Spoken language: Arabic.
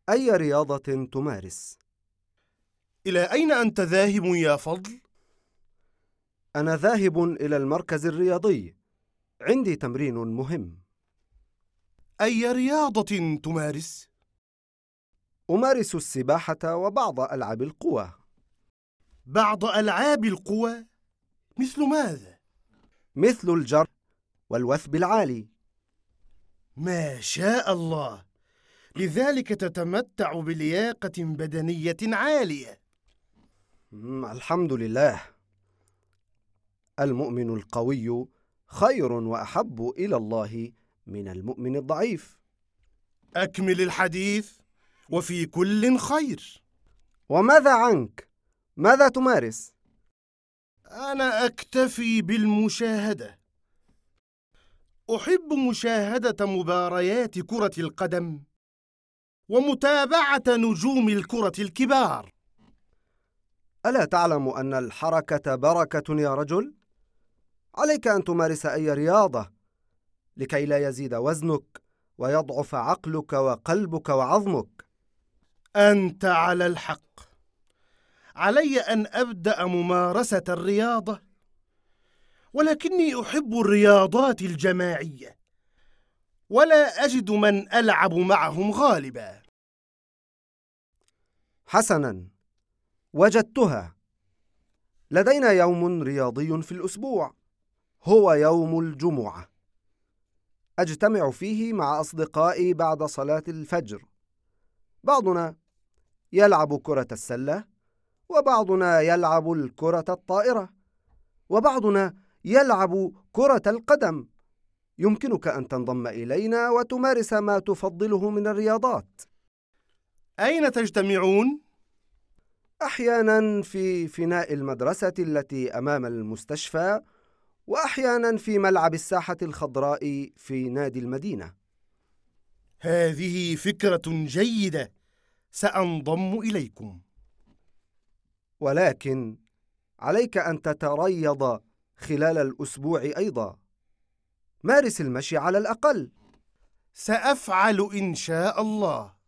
أي رياضة تمارس؟ إلى أين أنت ذاهب يا فضل؟ أنا ذاهب إلى المركز الرياضي، عندي تمرين مهم. أي رياضة تمارس؟ أمارس السباحة وبعض ألعاب القوى. بعض ألعاب القوى؟ مثل ماذا؟ مثل الجر والوثب العالي. ما شاء الله، لذلك تتمتع بلياقة بدنية عالية. الحمد لله. المؤمن القوي خير وأحب إلى الله من المؤمن الضعيف. أكمل الحديث، وفي كل خير. وماذا عنك؟ ماذا تمارس؟ أنا أكتفي بالمشاهدة. أحب مشاهدة مباريات كرة القدم ومتابعة نجوم الكرة الكبار. ألا تعلم أن الحركة بركة يا رجل؟ عليك أن تمارس أي رياضة لكي لا يزيد وزنك ويضعف عقلك وقلبك وعظمك. أنت على الحق. علي أن أبدأ ممارسة الرياضة، ولكني أحب الرياضات الجماعية، ولا أجد من ألعب معهم غالبا. حسناً، وجدتها. لدينا يوم رياضي في الأسبوع، هو يوم الجمعة. أجتمع فيه مع أصدقائي بعد صلاة الفجر. بعضنا يلعب كرة السلة، وبعضنا يلعب الكرة الطائرة، وبعضنا يلعب كرة القدم. يمكنك أن تنضم إلينا وتمارس ما تفضله من الرياضات. أين تجتمعون؟ أحياناً في فناء المدرسة التي أمام المستشفى، وأحياناً في ملعب الساحة الخضراء في نادي المدينة. هذه فكرة جيدة، سأنضم إليكم. ولكن عليك أن تتريض خلال الأسبوع أيضاً. مارس المشي على الأقل. سأفعل إن شاء الله.